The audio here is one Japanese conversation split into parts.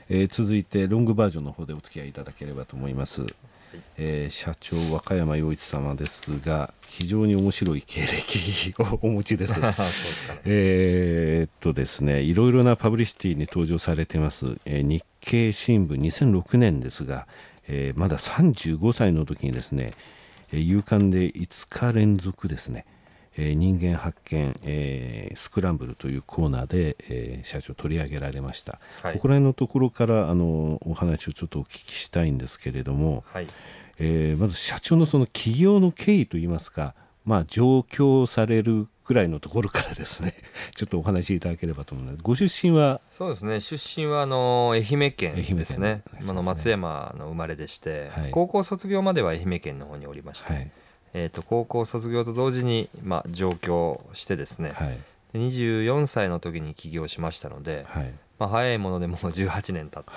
続いてロングバージョンの方でお付き合いいただければと思います。社長和歌山陽一様ですが、非常に面白い経歴をお持ちです。そうですかね。ですね、いろいろなパブリシティに登場されています。日経新聞2006年ですが、まだ35歳の時にですね、夕刊で5日連続ですね、人間発見、スクランブルというコーナーで、社長取り上げられました。ここら辺のところからお話をちょっとお聞きしたいんですけれども、まず社長のその起業の経緯といいますか、上京されるくらいのところからですねちょっとお話しいただければと思うので。ご出身は？ そうですね、出身は愛媛県ですね。松山の生まれでして、高校卒業までは愛媛県の方におりまして、高校卒業と同時に、上京してですね、で24歳の時に起業しましたので、早いものでもう18年経って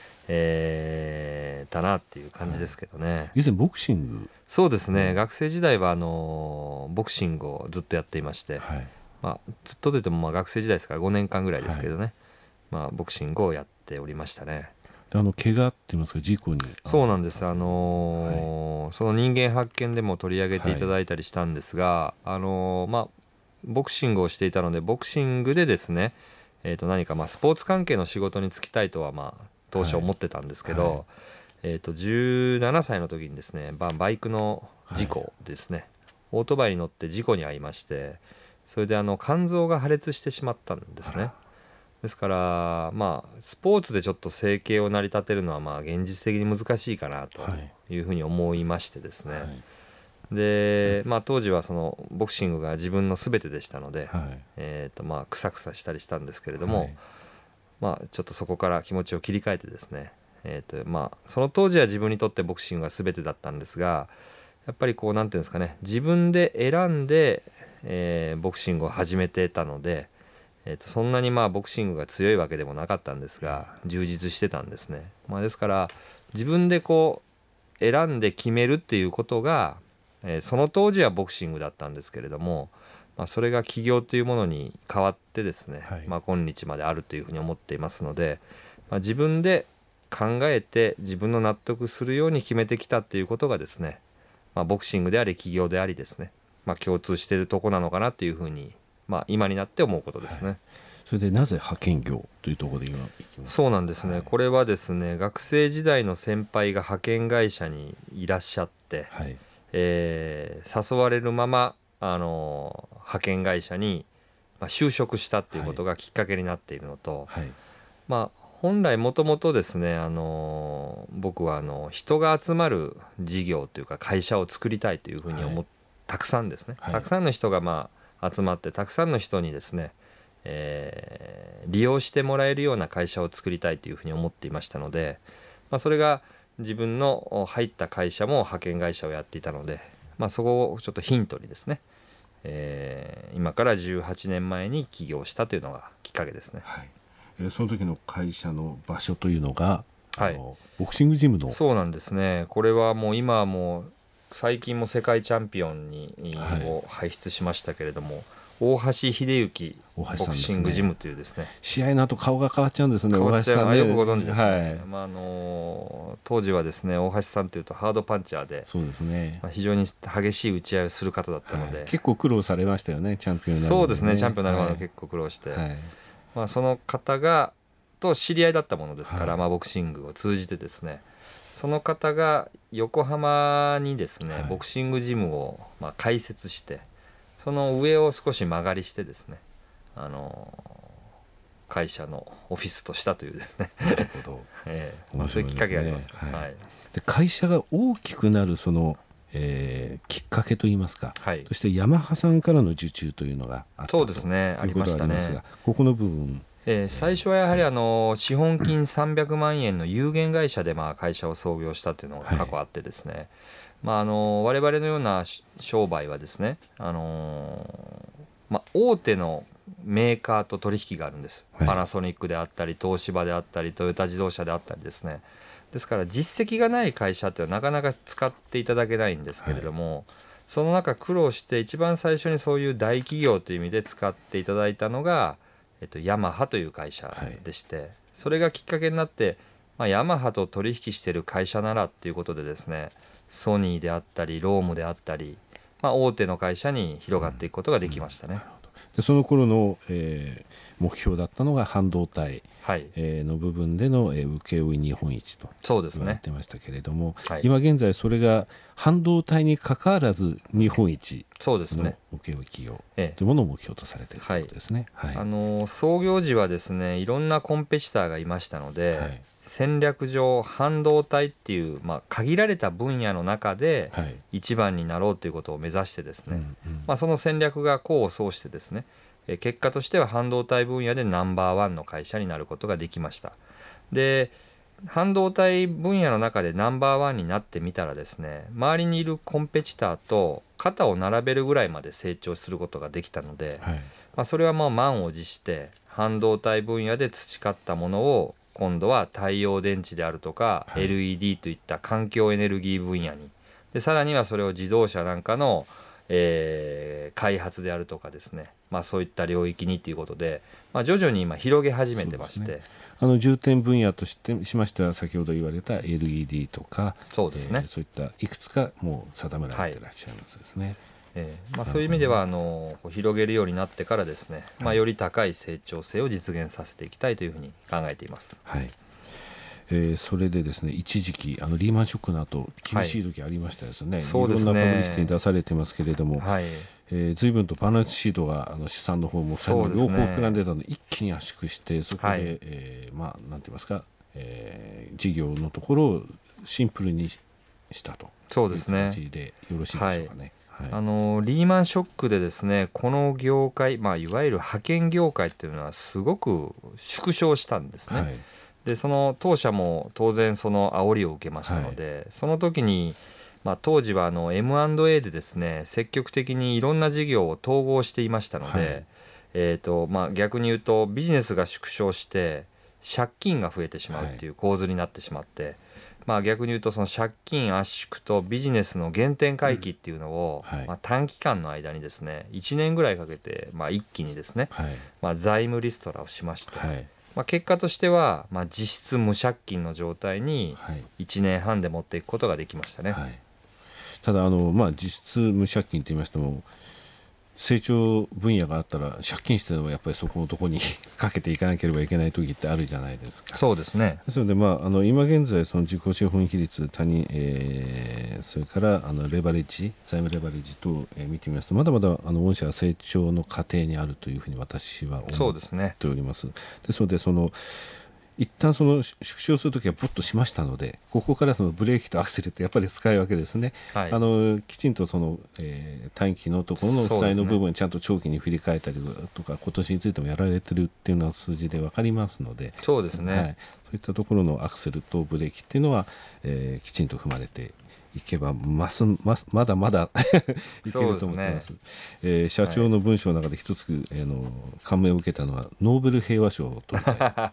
、たなっていう感じですけどね。 以前ボクシング？ そうですね、学生時代はボクシングをずっとやっていまして、ずっとといっても学生時代ですから5年間ぐらいですけどね、ボクシングをやっておりましたね。 怪我って言いますか、事故に？ そうなんです。その人間発見でも取り上げていただいたりしたんですが、ボクシングをしていたので、ボクシングでですね、何かスポーツ関係の仕事に就きたいとは当初思ってたんですけど、17歳の時にですね、バイクの事故ですね、オートバイに乗って事故に遭いまして、それで肝臓が破裂してしまったんですね。ですからスポーツでちょっと生計を成り立てるのは現実的に難しいかなというふうに思いましてですね、で当時はそのボクシングが自分の全てでしたので、くさくさしたりしたんですけれども、ちょっとそこから気持ちを切り替えてですね、その当時は自分にとってボクシングが全てだったんですが、やっぱりなんていうんですかね、自分で選んで、ボクシングを始めてたので、そんなにボクシングが強いわけでもなかったんですが、充実してたんですね。ですから自分で選んで決めるっていうことが、その当時はボクシングだったんですけれども、それが起業というものに変わってですね、今日まであるというふうに思っていますので、自分で考えて自分の納得するように決めてきたっていうことがですね、ボクシングであり起業でありですね、共通しているとこなのかなっていうふうに、今になって思うことですね。 それでなぜ派遣業というところで今いきますか？ そうなんですね、これはですね、学生時代の先輩が派遣会社にいらっしゃって、誘われるまま派遣会社に就職したっていうことがきっかけになっているのと、本来もともとですね、僕は人が集まる事業というか会社を作りたいというふうにたくさんですね、たくさんの人が集まって、たくさんの人にですね、利用してもらえるような会社を作りたいというふうに思っていましたので、それが自分の入った会社も派遣会社をやっていたので、そこをちょっとヒントにですね、今から18年前に起業したというのがきっかけですね。 その時の会社の場所というのが、ボクシングジムの？ そうなんですね、これはもう今はもう最近も世界チャンピオンを輩出しましたけれども、大橋秀幸ボクシングジムというですね、 試合の後顔が変わっちゃうんですね。 変わっちゃう、よくご存知ですね。当時はですね、大橋さんというとハードパンチャーで、そうですね、非常に激しい打ち合いをする方だったので、 結構苦労されましたよね、チャンピオンになるまでね。 そうですね、チャンピオンになるまで結構苦労して、その方がと知り合いだったものですから、ボクシングを通じてですね、その方が横浜にですね、ボクシングジムを開設して、その上を少し間借りしてですね、会社のオフィスとしたというですねなるほど、 そういうきっかけがあります。 で会社が大きくなるその、きっかけといいますか、そしてヤマハさんからの受注というのがあったということがありますが、ここの部分、 最初はやはり資本金300万円の有限会社で会社を創業したというのが過去あってですね、我々のような商売はですね、大手のメーカーと取引があるんです。パナソニックであったり、東芝であったり、トヨタ自動車であったりですね。ですから実績がない会社っていうのはなかなか使っていただけないんですけれども、その中苦労して一番最初にそういう大企業という意味で使っていただいたのがヤマハという会社でして、 それがきっかけになって、ヤマハと取引している会社ならっていうことでですね、ソニーであったりロームであったり、大手の会社に広がっていくことができましたね。 でその頃の、目標だったのが半導体、の部分での、請負日本一と言われてましたけれども、今現在それが半導体にかかわらず日本一の請負企業というものを目標とされているということですね。 創業時はですね、いろんなコンペティターがいましたので、戦略上半導体っていう、限られた分野の中で一番になろうということを目指してですね、その戦略が功を奏してですね、結果としては半導体分野でナンバーワンの会社になることができました。で、半導体分野の中でナンバーワンになってみたらですね、周りにいるコンペティターと肩を並べるぐらいまで成長することができたので、それは満を持して半導体分野で培ったものを今度は太陽電池であるとか LED といった環境エネルギー分野に、でさらにはそれを自動車なんかの、開発であるとかですね、そういった領域にということで、徐々に今広げ始めてまして、 重点分野としましては先ほど言われた LED とか、そういったいくつかもう定められていらっしゃいますですね。 そういう意味では広げるようになってからですね、より高い成長性を実現させていきたいというふうに考えています。 それでですね、一時期リーマンショックの後厳しい時ありましたですね。いろんなパブリシティに出されてますけれども、随分とバランスシートが資産の方も両方膨らんでたので一気に圧縮して、そこで、なんて言いますか、事業のところをシンプルにしたという形でよろしいでしょうかね。 リーマンショックでですね、この業界、いわゆる派遣業界っていうのはすごく縮小したんですね。でその当社も当然その煽りを受けましたので、その時に、当時はM&A でですね、積極的にいろんな事業を統合していましたので、逆に言うとビジネスが縮小して借金が増えてしまうっていう構図になってしまって、逆に言うとその借金圧縮とビジネスの原点回帰っていうのを、短期間の間にですね1年ぐらいかけて、一気にですね、財務リストラをしまして、結果としては、実質無借金の状態に1年半で持っていくことができましたね。 ただ実質無借金と言いましても、成長分野があったら借金してもやっぱりそこのところにかけていかなければいけない時ってあるじゃないですか。 そうですね。 ですので、今現在その自己資本比率それからレバレッジ、財務レバレッジ等見てみますと、まだまだ御社は成長の過程にあるというふうに私は思っております。ですので一旦その縮小するときはポッとしましたので、ここからそのブレーキとアクセルってやっぱり使い分けですね。きちんと短期のところの負債の部分ちゃんと長期に振り返ったりとか、今年についてもやられてるっていうのは数字で分かりますので、 そうですね、 そういったところのアクセルとブレーキっていうのは、きちんと踏まれていけばまだまだいけると思ってます。社長の文章の中で一つ感銘を受けたのはノーベル平和賞と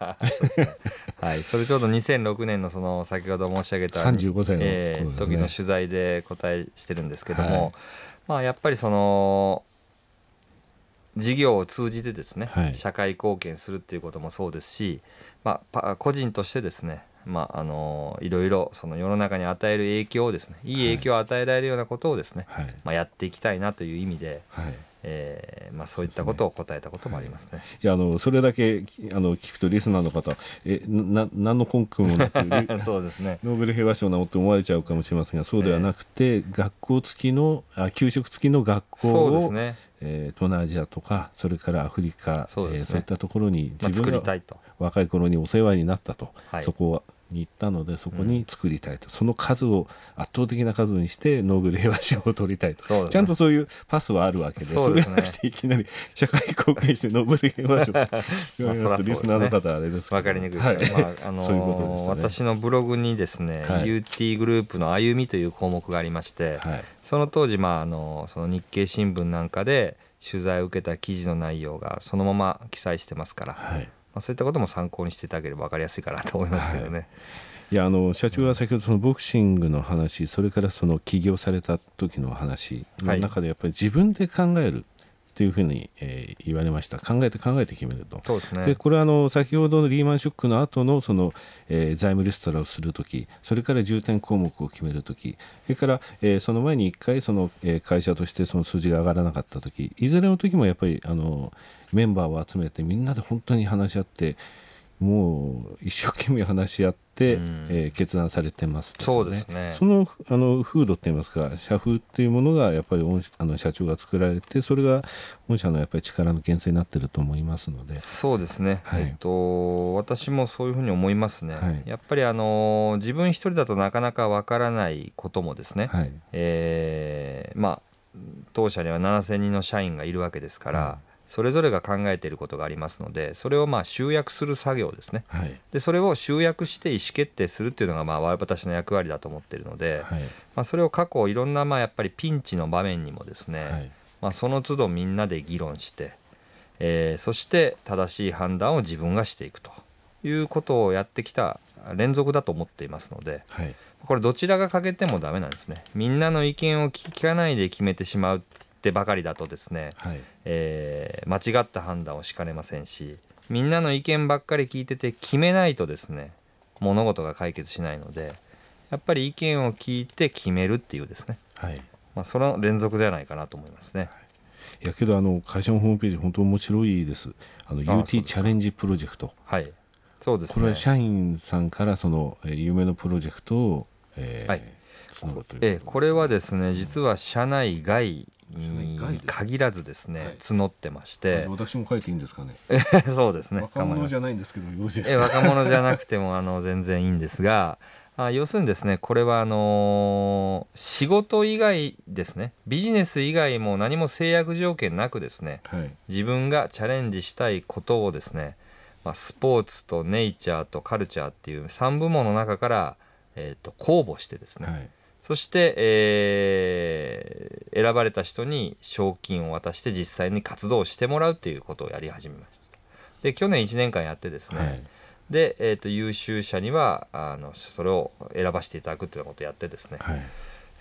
それちょうど2006年のその先ほど申し上げた 35歳の時の取材で答えしてるんですけども、やっぱりその事業を通じてですね、社会貢献するっていうこともそうですし、個人としてですね、いろいろその世の中に与える影響をですね、いい影響を与えられるようなことをですね、やっていきたいなという意味で、そういったことを答えたこともありますね。 いやそれだけ聞くとリスナーの方何の根拠もなくそうですね、 ノーベル平和賞なのって思われちゃうかもしれませんが、そうではなくて、学校付きの給食付きの学校を、東南アジアとかそれからアフリカ、そういったところに自分が若い頃にお世話になったと、そこに行ったのでそこに作りたいと、その数を圧倒的な数にしてノーベル平和賞を取りたいと、ちゃんとそういうパスはあるわけで、それじゃなくていきなり社会貢献してノーベル平和賞言われますとリスナーの方はあれですけど、 分かりにくいですけど、私のブログにですね、UT グループの歩みという項目がありまして、その当時その日経新聞なんかで取材を受けた記事の内容がそのまま記載してますから、そういったことも参考にしていただければ分かりやすいかなと思いますけどね。 いや社長は先ほどそのボクシングの話、それからその起業された時の話の中でやっぱり自分で考えるっていうふうに、言われました。考えて決めると。 そうですね。 でこれは先ほどのリーマンショックの後のその、財務リストラをするとき、それから重点項目を決めるとき、それから、その前に1回その、会社としてその数字が上がらなかったとき、いずれの時もやっぱりメンバーを集めてみんなで本当に話し合って、もう一生懸命話し合って、決断されてますですね。 そうですね。 その風土って言いますか、社風っていうものがやっぱり社長が作られて、それが御社のやっぱり力の源泉になっていると思いますので。 そうですね、 はい、 私もそういうふうに思いますね。 はい、 やっぱり自分一人だとなかなかわからないこともですね、 はい、 当社には7000人の社員がいるわけですから、それぞれが考えていることがありますので、それを集約する作業ですね、 はい、 でそれを集約して意思決定するっていうのが私の役割だと思っているので、 はい、 それを過去いろんなやっぱりピンチの場面にもですね、はい、その都度みんなで議論して、そして正しい判断を自分がしていくということをやってきた連続だと思っていますので、はい、これどちらが欠けてもダメなんですね。みんなの意見を聞かないで決めてしまうってばかりだとですね、はい、間違った判断をしかねませんし、みんなの意見ばっかり聞いてて決めないとですね、物事が解決しないので、やっぱり意見を聞いて決めるっていうですね、はい、その連続じゃないかなと思いますね。はい、 いやけど会社のホームページ本当面白いです。UT チャレンジプロジェクト、 はい、そうですね。 これは社員さんからその夢のプロジェクトを、 はい、募るということですね。これはですね、実は社内外に限らずですね、はい、募ってまして、 私も書いていいんですかね。 そうですね。 若者じゃないんですけどよろしいですか。 若者じゃなくても全然いいんですが、要するにですね、これは仕事以外ですね、ビジネス以外も何も制約条件なくですね、はい、自分がチャレンジしたいことをですね、スポーツとネイチャーとカルチャーっていう3部門の中から、公募してですね、はい、そして、選ばれた人に賞金を渡して実際に活動してもらうっていうことをやり始めました。で去年1年間やってですね、はい、で、優秀者にはそれを選ばせていただくっていうことをやってですね、はい、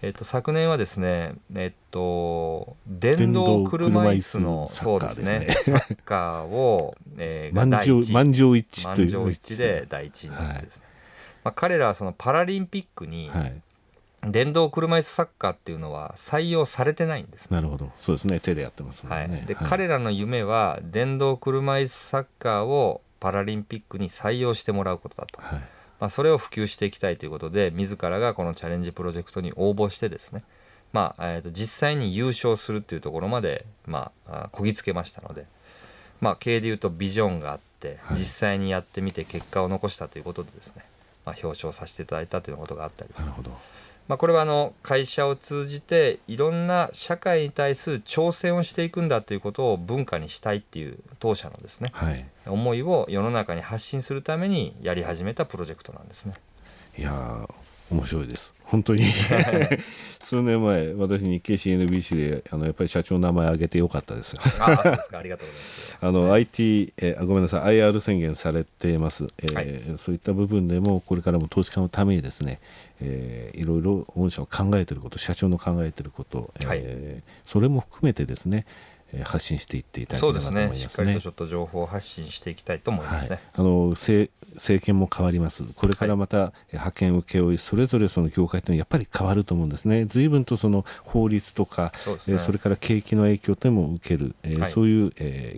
昨年はですね、電動車椅子のそうですね、サッカーを、が第一満場一致という満場一致で第一になってですね、はい、彼らはそのパラリンピックに、はい、電動車椅子サッカーっていうのは採用されてないんです、 ね。なるほど、そうですね、手でやってますもんね。 はい、で、 はい、 彼らの夢は電動車椅子サッカーをパラリンピックに採用してもらうことだと、はい、それを普及していきたいということで、自らがこのチャレンジプロジェクトに応募してですね、実際に優勝するっていうところまで、こぎつけましたので、経営でいうとビジョンがあって、実際にやってみて結果を残したということでですね、表彰させていただいたということがあったりですね。 なるほど。 これは会社を通じていろんな社会に対する挑戦をしていくんだということを文化にしたいっていう当社のですね、はい、思いを世の中に発信するためにやり始めたプロジェクトなんですね。 いや面白いです。本当に数年前私日経 CNBC でやっぱり社長の名前挙げてよかったですよ。 そうですか、ありがとうございます。 IT、ごめんなさい、 IR 宣言されています、はい、そういった部分でもこれからも投資家のためにですね、いろいろ御社を考えていること、社長の考えていること、はい、それも含めてですね発信していっていただければと思いますね。 そうですね、しっかりとちょっと情報を発信していきたいと思いますね。 はい、政権も変わります。これからまた派遣請負それぞれその業界というのはやっぱり変わると思うんですね。随分とその法律とか それから景気の影響というのも受ける、はい、そういう、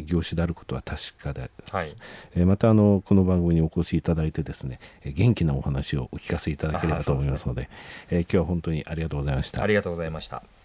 業種であることは確かです。はい、またこの番組にお越しいただいてですね、元気なお話をお聞かせいただければと思いますので、今日は本当にありがとうございました。 ありがとうございました。